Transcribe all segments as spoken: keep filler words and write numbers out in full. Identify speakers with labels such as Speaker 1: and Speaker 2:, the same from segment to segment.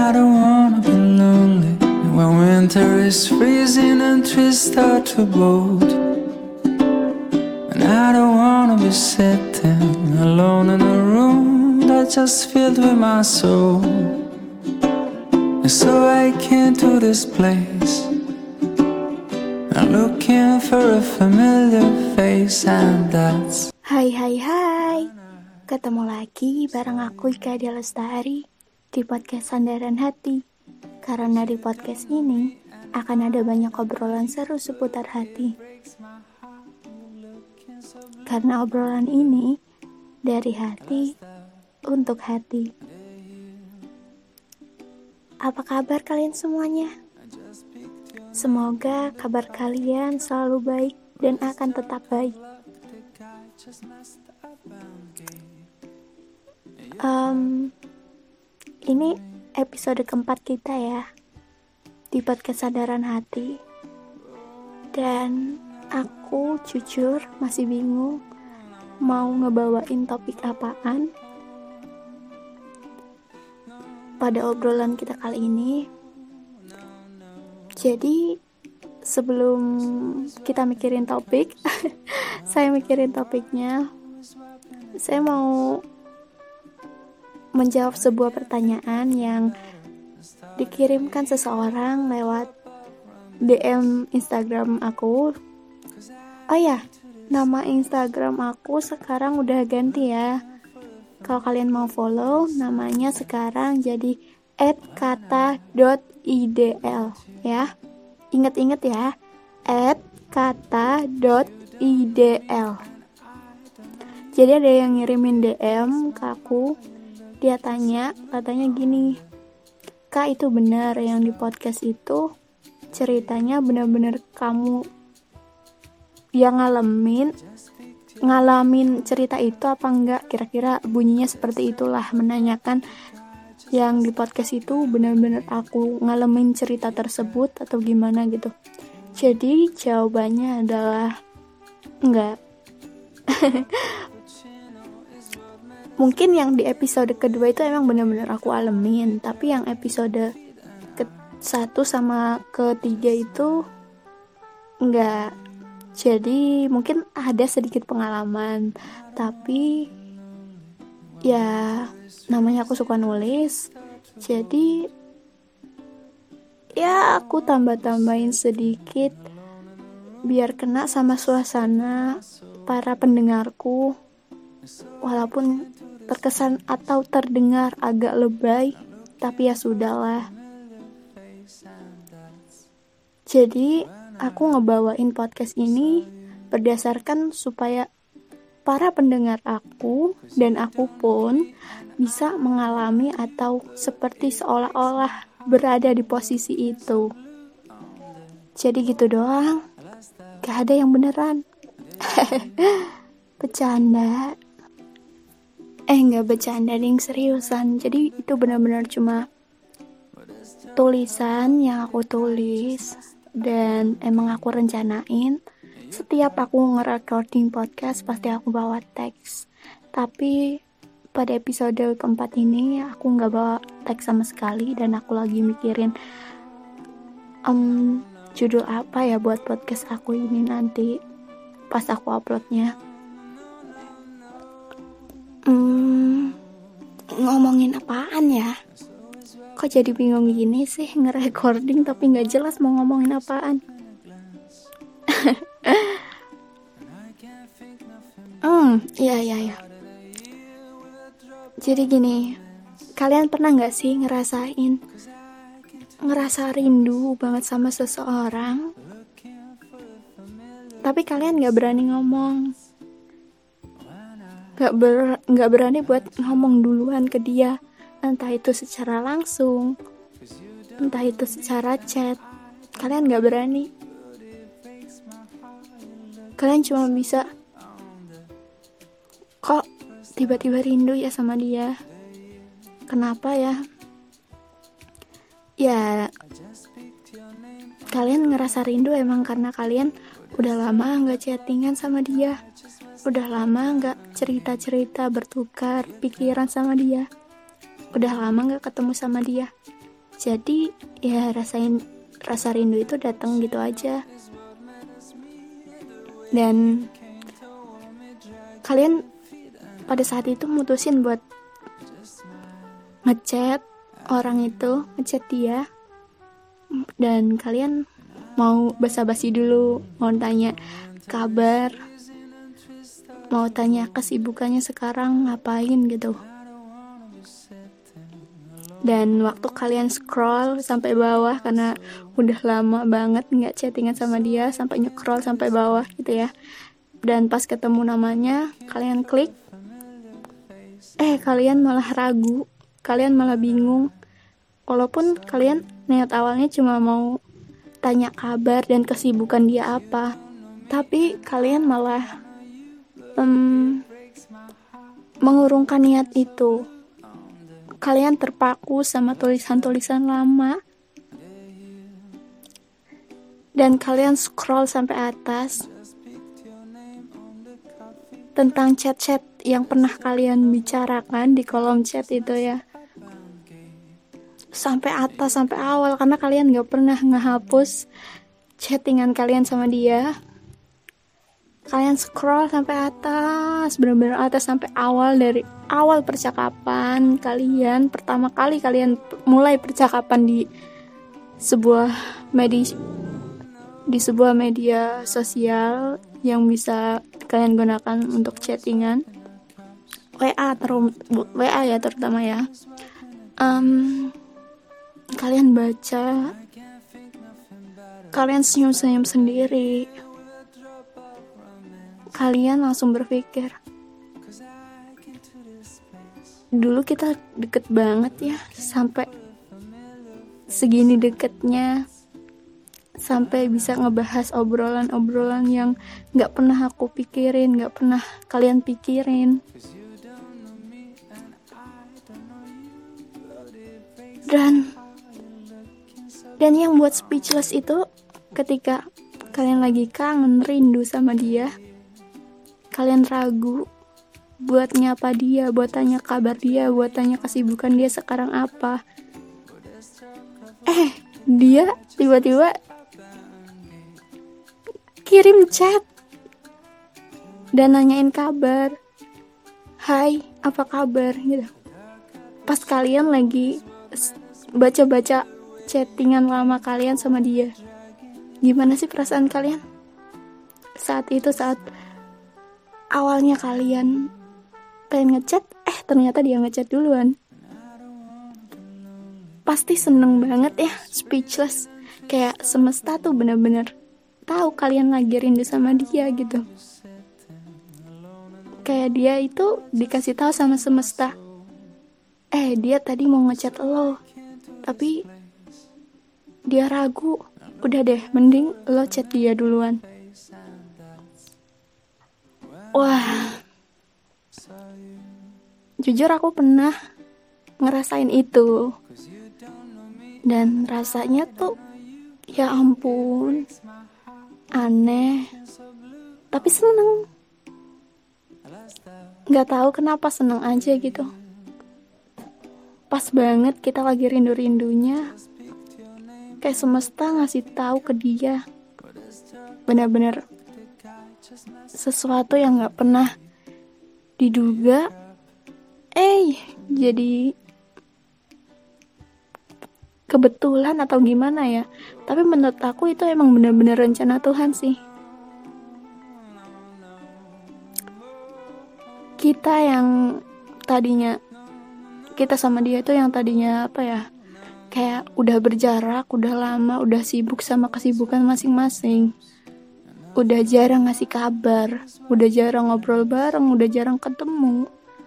Speaker 1: I don't wanna be lonely when winter is freezing and trees start to bolt. And I don't wanna be sitting alone in a room that's just filled with my soul. And so I came to this place, I'm looking for a familiar face, and that's.
Speaker 2: Hai hai hai, ketemu lagi bareng aku Ika Dia Lestari di podcast Sandaran Hati. Karena di podcast ini akan ada banyak obrolan seru seputar hati. Karena obrolan ini dari hati untuk hati. Apa kabar kalian semuanya? Semoga kabar kalian selalu baik dan akan tetap baik. Um, ini episode keempat kita ya di podcast Sandaran Hati. Dan aku jujur masih bingung mau ngebawain topik apaan pada obrolan kita kali ini. Jadi sebelum kita mikirin topik saya mikirin topiknya, saya mau menjawab sebuah pertanyaan yang dikirimkan seseorang lewat D M Instagram aku. Oh ya, nama Instagram aku sekarang udah ganti ya. Kalau kalian mau follow, namanya sekarang jadi et kata dot i d l ya. Ingat-ingat ya, et kata dot i d l. Jadi ada yang ngirimin D M ke aku. Dia tanya, katanya gini, Kak, itu benar yang di podcast itu ceritanya benar-benar kamu yang ngalamin ngalamin cerita itu apa enggak? Kira-kira bunyinya seperti itulah, menanyakan yang di podcast itu benar-benar aku ngalamin cerita tersebut atau gimana gitu. Jadi jawabannya adalah enggak. Mungkin yang di episode kedua itu emang benar-benar aku alamin, tapi yang episode ke satu sama ketiga itu enggak. Jadi mungkin ada sedikit pengalaman, tapi ya namanya aku suka nulis, jadi ya aku tambah-tambahin sedikit biar kena sama suasana para pendengarku, walaupun terkesan atau terdengar agak lebay, tapi ya sudahlah. Jadi aku ngebawain podcast ini berdasarkan supaya para pendengar aku dan aku pun bisa mengalami atau seperti seolah-olah berada di posisi itu. Jadi gitu doang, gak ada yang beneran. Bercanda. Eh gak bercanda, ding, seriusan. Jadi itu benar-benar cuma tulisan yang aku tulis. Dan emang aku rencanain setiap aku nge-recording podcast pasti aku bawa teks. Tapi pada episode keempat ini aku gak bawa teks sama sekali. Dan aku lagi mikirin um, judul apa ya buat podcast aku ini nanti pas aku uploadnya. Hmm, ngomongin apaan ya? Kok jadi bingung gini sih, nge-recording tapi gak jelas mau ngomongin apaan. Hmm, iya iya iya. Jadi gini, kalian pernah gak sih ngerasain ngerasa rindu banget sama seseorang, tapi kalian gak berani ngomong, gak, ber, gak berani buat ngomong duluan ke dia, entah itu secara langsung, entah itu secara chat. Kalian gak berani. Kalian cuma bisa, kok tiba-tiba rindu ya sama dia. Kenapa ya? Ya, kalian ngerasa rindu emang karena kalian udah lama gak chattingan sama dia, udah lama gak cerita-cerita bertukar pikiran sama dia, udah lama gak ketemu sama dia. Jadi ya rasain rasa rindu itu datang gitu aja. Dan kalian pada saat itu mutusin buat ngechat orang itu, ngechat dia, dan kalian mau basa-basi dulu, mau tanya kabar, mau tanya kesibukannya sekarang ngapain gitu. Dan waktu kalian scroll sampai bawah, karena udah lama banget nggak chattingan sama dia, sampai nge-scroll sampai bawah gitu ya, dan pas ketemu namanya kalian klik, eh kalian malah ragu, kalian malah bingung. Walaupun kalian niat awalnya cuma mau tanya kabar dan kesibukan dia apa, tapi kalian malah um, mengurungkan niat itu. Kalian terpaku sama tulisan-tulisan lama, dan kalian scroll sampai atas tentang chat-chat yang pernah kalian bicarakan di kolom chat itu ya, sampai atas, sampai awal, karena kalian gak pernah ngehapus chattingan kalian sama dia. Kalian scroll sampai atas, benar-benar atas, sampai awal, dari awal percakapan kalian, pertama kali kalian mulai percakapan di sebuah media di sebuah media sosial yang bisa kalian gunakan untuk chattingan, W A terum, W A ya terutama ya. Um, kalian baca, kalian senyum-senyum sendiri. Kalian langsung berpikir, dulu kita deket banget ya, sampai segini deketnya, sampai bisa ngebahas obrolan-obrolan yang gak pernah aku pikirin, gak pernah kalian pikirin. Dan dan yang buat speechless itu ketika kalian lagi kangen, rindu sama dia, kalian ragu buat nyapa dia, buat tanya kabar dia, buat tanya kesibukan dia sekarang apa. Eh, dia tiba-tiba kirim chat dan nanyain kabar. Hai, apa kabar gitu. Pas kalian lagi baca-baca chattingan lama kalian sama dia. Gimana sih perasaan kalian saat itu, saat awalnya kalian pengen ngechat, eh ternyata dia ngechat duluan? Pasti seneng banget ya, speechless. Kayak semesta tuh bener-bener tahu kalian lagi rindu sama dia gitu. Kayak dia itu dikasih tahu sama semesta, eh dia tadi mau ngechat lo, tapi dia ragu. Udah deh, mending lo chat dia duluan. Wah, jujur aku pernah ngerasain itu, dan rasanya tuh ya ampun, aneh, tapi seneng. Gak tahu kenapa seneng aja gitu. Pas banget kita lagi rindu-rindunya, kayak semesta ngasih tahu ke dia, benar-benar sesuatu yang gak pernah diduga, eh jadi kebetulan atau gimana ya. Tapi menurut aku itu emang benar-benar rencana Tuhan sih. Kita yang tadinya, kita sama dia itu yang tadinya apa ya, kayak udah berjarak, udah lama, udah sibuk sama kesibukan masing-masing, udah jarang ngasih kabar, udah jarang ngobrol bareng, udah jarang ketemu,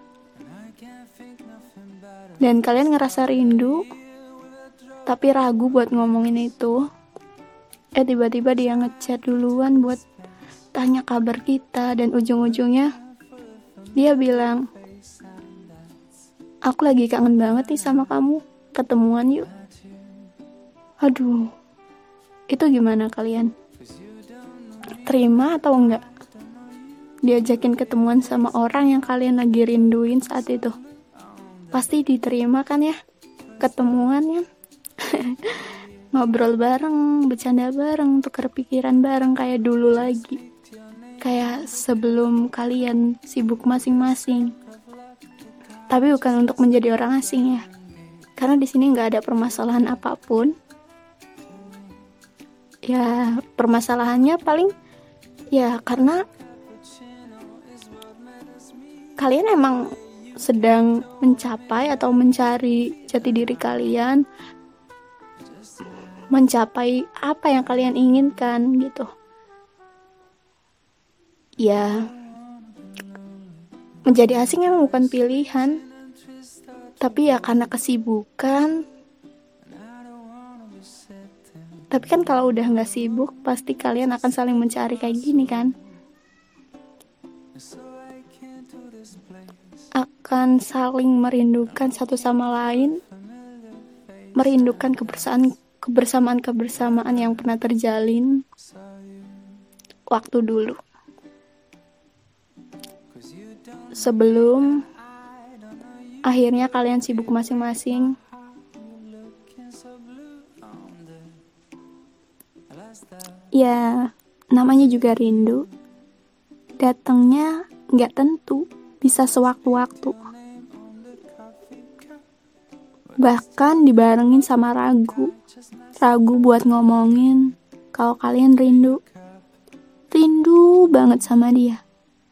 Speaker 2: dan kalian ngerasa rindu tapi ragu buat ngomongin itu. Eh tiba-tiba dia ngechat duluan buat tanya kabar kita, dan ujung-ujungnya dia bilang, aku lagi kangen banget nih sama kamu, ketemuan yuk. Aduh, itu gimana kalian? Terima atau enggak diajakin ketemuan sama orang yang kalian lagi rinduin saat itu? Pasti diterima kan ya ketemuannya. ngobrol bareng, bercanda bareng, tukar pikiran bareng kayak dulu lagi, kayak sebelum kalian sibuk masing-masing. Tapi bukan untuk menjadi orang asing ya, karena di sini nggak ada permasalahan apapun. Ya permasalahannya paling ya karena kalian emang sedang mencapai atau mencari jati diri kalian, mencapai apa yang kalian inginkan gitu. Ya, menjadi asing emang bukan pilihan, tapi ya karena kesibukan. Tapi kan kalau udah nggak sibuk, pasti kalian akan saling mencari kayak gini kan? Akan saling merindukan satu sama lain, merindukan kebersamaan kebersamaan-kebersamaan yang pernah terjalin waktu dulu. Sebelum akhirnya kalian sibuk masing-masing. Ya, namanya juga rindu. Datangnya nggak tentu, bisa sewaktu-waktu. Bahkan dibarengin sama ragu. Ragu buat ngomongin kalau kalian rindu. Rindu banget sama dia.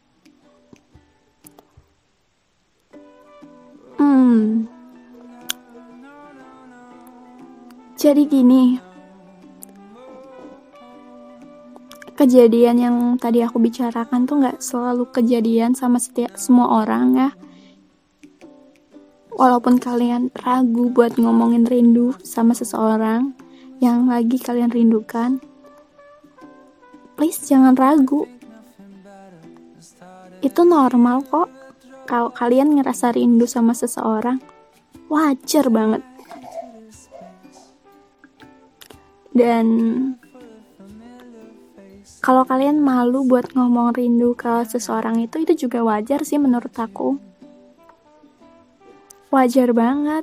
Speaker 2: Hmm. Jadi gini, kejadian yang tadi aku bicarakan tuh gak selalu kejadian sama setiap semua orang ya. Walaupun kalian ragu buat ngomongin rindu sama seseorang yang lagi kalian rindukan, please jangan ragu. Itu normal kok. Kalau kalian ngerasa rindu sama seseorang, wajar banget. Dan kalau kalian malu buat ngomong rindu ke seseorang itu, itu juga wajar sih menurut aku. Wajar banget.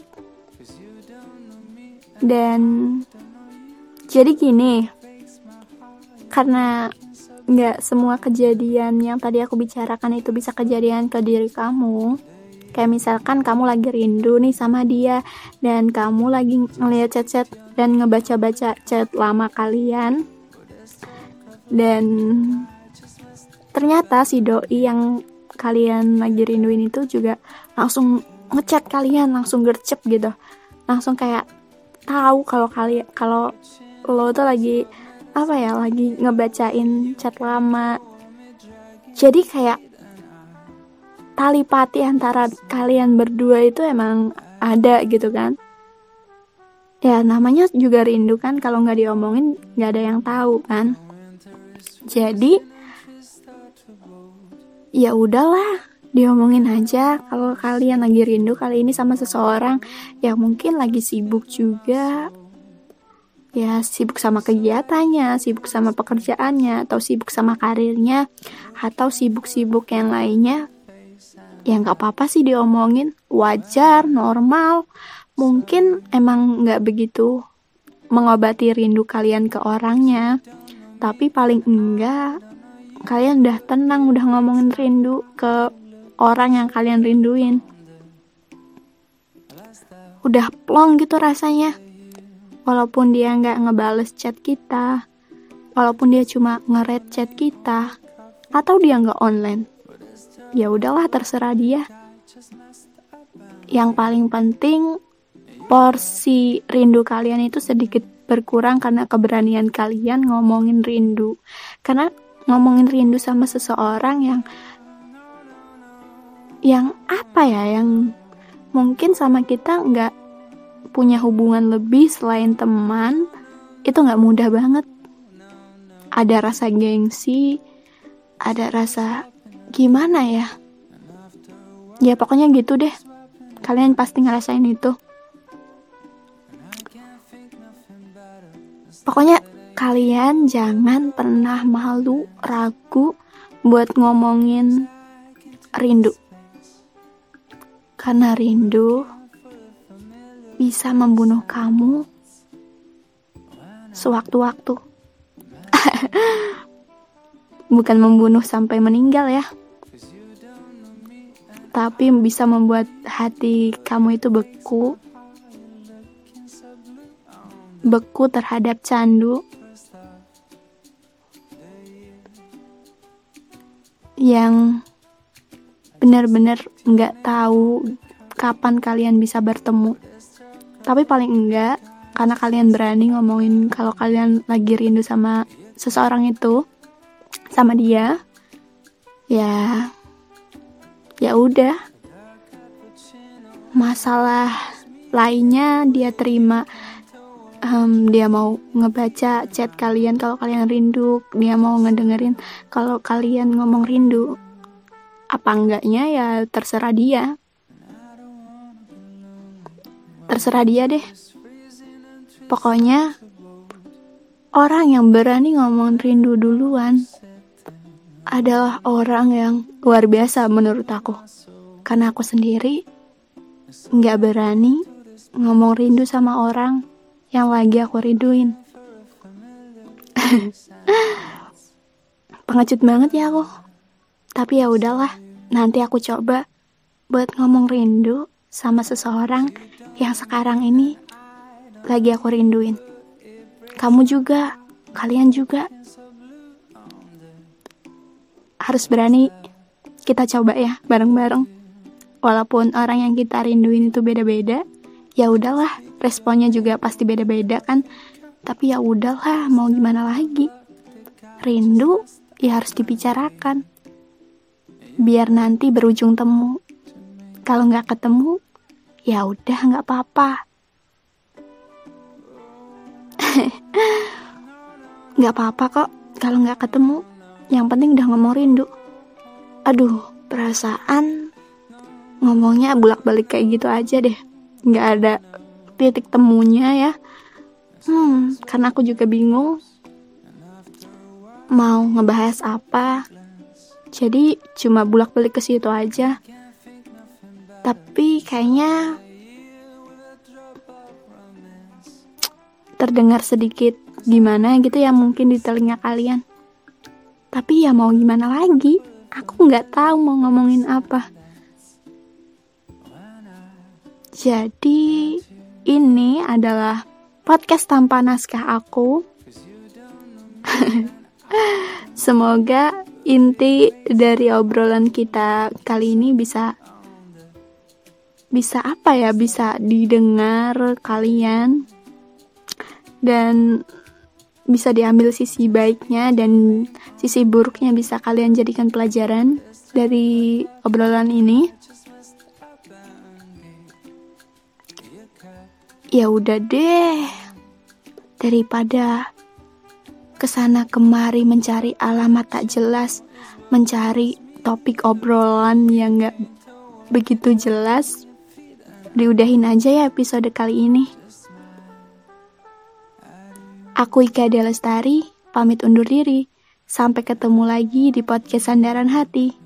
Speaker 2: Dan jadi gini, karena gak semua kejadian yang tadi aku bicarakan itu bisa kejadian ke diri kamu. Kayak misalkan kamu lagi rindu nih sama dia, dan kamu lagi ngeliat chat-chat dan ngebaca-baca chat lama kalian, dan ternyata si doi yang kalian lagi rinduin itu juga langsung ngechat kalian, langsung gercep gitu, langsung kayak tahu kalau kalian kalau lo tuh lagi apa ya, lagi ngebacain chat lama. Jadi kayak tali pati antara kalian berdua itu emang ada gitu kan. Ya namanya juga rindu kan, kalau nggak diomongin nggak ada yang tahu kan. Jadi ya udahlah, diomongin aja kalau kalian lagi rindu kali ini sama seseorang yang mungkin lagi sibuk juga. Ya sibuk sama kegiatannya, sibuk sama pekerjaannya, atau sibuk sama karirnya, atau sibuk-sibuk yang lainnya. Ya gak apa-apa sih diomongin, wajar, normal. Mungkin emang gak begitu mengobati rindu kalian ke orangnya, tapi paling enggak kalian udah tenang, udah ngomongin rindu ke orang yang kalian rinduin. Udah plong gitu rasanya. Walaupun dia gak ngebales chat kita, walaupun dia cuma nge-read chat kita, atau dia gak online, ya udahlah terserah dia. Yang paling penting porsi rindu kalian itu sedikit berkurang karena keberanian kalian ngomongin rindu. Karena ngomongin rindu sama seseorang yang yang apa ya, yang mungkin sama kita nggak punya hubungan lebih selain teman, itu nggak mudah banget. Ada rasa gengsi, ada rasa gimana ya, ya pokoknya gitu deh. Kalian pasti ngerasain itu. Pokoknya kalian jangan pernah malu, ragu buat ngomongin rindu. Karena rindu bisa membunuh kamu sewaktu-waktu. Bukan membunuh sampai meninggal ya, tapi bisa membuat hati kamu itu beku beku terhadap candu yang benar-benar nggak tahu kapan kalian bisa bertemu. Tapi paling enggak, karena kalian berani ngomongin kalau kalian lagi rindu sama seseorang itu, sama dia, ya ya udah. Masalah lainnya dia terima. Um, dia mau ngebaca chat kalian kalau kalian rindu, dia mau ngedengerin kalau kalian ngomong rindu. Apa enggaknya ya terserah dia. Terserah dia deh. Pokoknya orang yang berani ngomong rindu duluan adalah orang yang luar biasa menurut aku. Karena aku sendiri gak berani ngomong rindu sama orang yang lagi aku rinduin. Pengecut banget ya aku. Tapi ya udahlah, nanti aku coba buat ngomong rindu sama seseorang yang sekarang ini lagi aku rinduin. Kamu juga, kalian juga harus berani. Kita coba ya bareng-bareng. Walaupun orang yang kita rinduin itu beda-beda, ya udahlah, responnya juga pasti beda-beda kan. Tapi ya udahlah, mau gimana lagi? Rindu ya harus dibicarakan, biar nanti berujung temu. Kalau nggak ketemu, ya udah nggak apa-apa. Nggak apa-apa kok kalau nggak ketemu. Yang penting udah ngomong rindu. Aduh, perasaan ngomongnya bolak-balik kayak gitu aja deh. Nggak ada titik temunya ya. Hmm, karena aku juga bingung mau ngebahas apa. Jadi cuma bolak-balik ke situ aja. Tapi kayaknya terdengar sedikit gimana gitu ya mungkin di telinga kalian. Tapi ya mau gimana lagi? Aku nggak tahu mau ngomongin apa. Jadi ini adalah podcast tanpa naskah aku. Semoga inti dari obrolan kita kali ini bisa bisa apa ya? Bisa didengar kalian dan bisa diambil sisi baiknya dan sisi buruknya bisa kalian jadikan pelajaran dari obrolan ini. Ya udah deh, daripada kesana kemari mencari alamat tak jelas, mencari topik obrolan yang gak begitu jelas, diudahin aja ya episode kali ini. Aku Ika Delestari, pamit undur diri. Sampai ketemu lagi di podcast Sandaran Hati.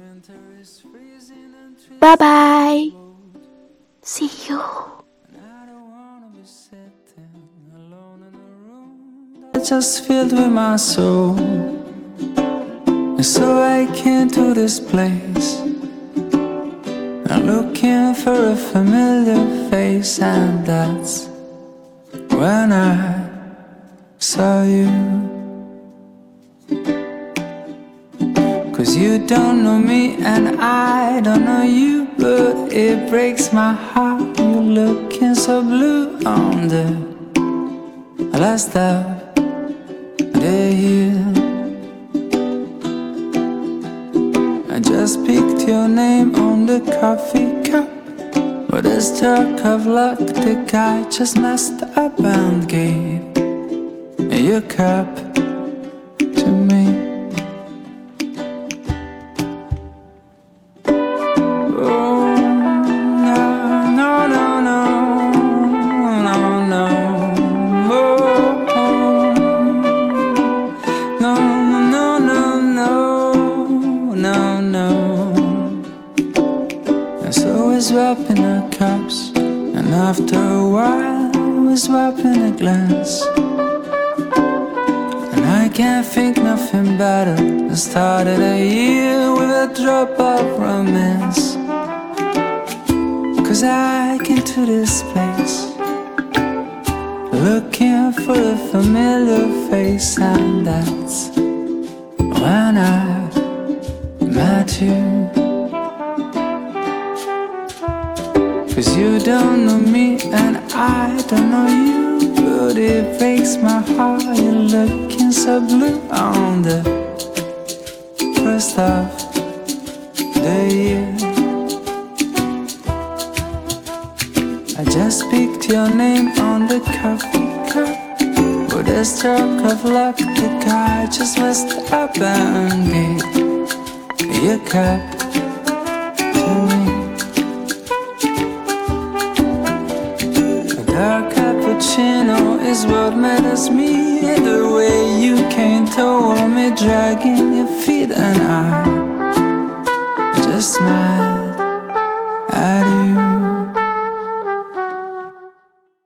Speaker 2: Bye-bye. See you.
Speaker 1: Just filled with my soul, and so I came to this place. I'm looking for a familiar face, and that's when I saw you. Cause you don't know me and I don't know you, but it breaks my heart. You're looking so blue on the last of the year. I just picked your name on the coffee cup, but a stroke of luck, the guy just messed up and gave your cup to me. Oh, no, no, no, no, no, no. Oh, no, no, no, no, no, no. And so we're swapping our cups, and after a while we're swapping a glance. can't think nothing better than starting a year with a drop of romance. Cause I came to this place looking for a familiar face, and that's when I met you. Cause you don't know me and I don't know you, but it breaks my heart you're looking so blue on the first of the year. I just picked your name on the coffee cup. With a stroke of luck, the guy just messed up and gave your cup to me. A dark cappuccino is what matters me. The way you came toward me, dragging your feet, and I just smiled.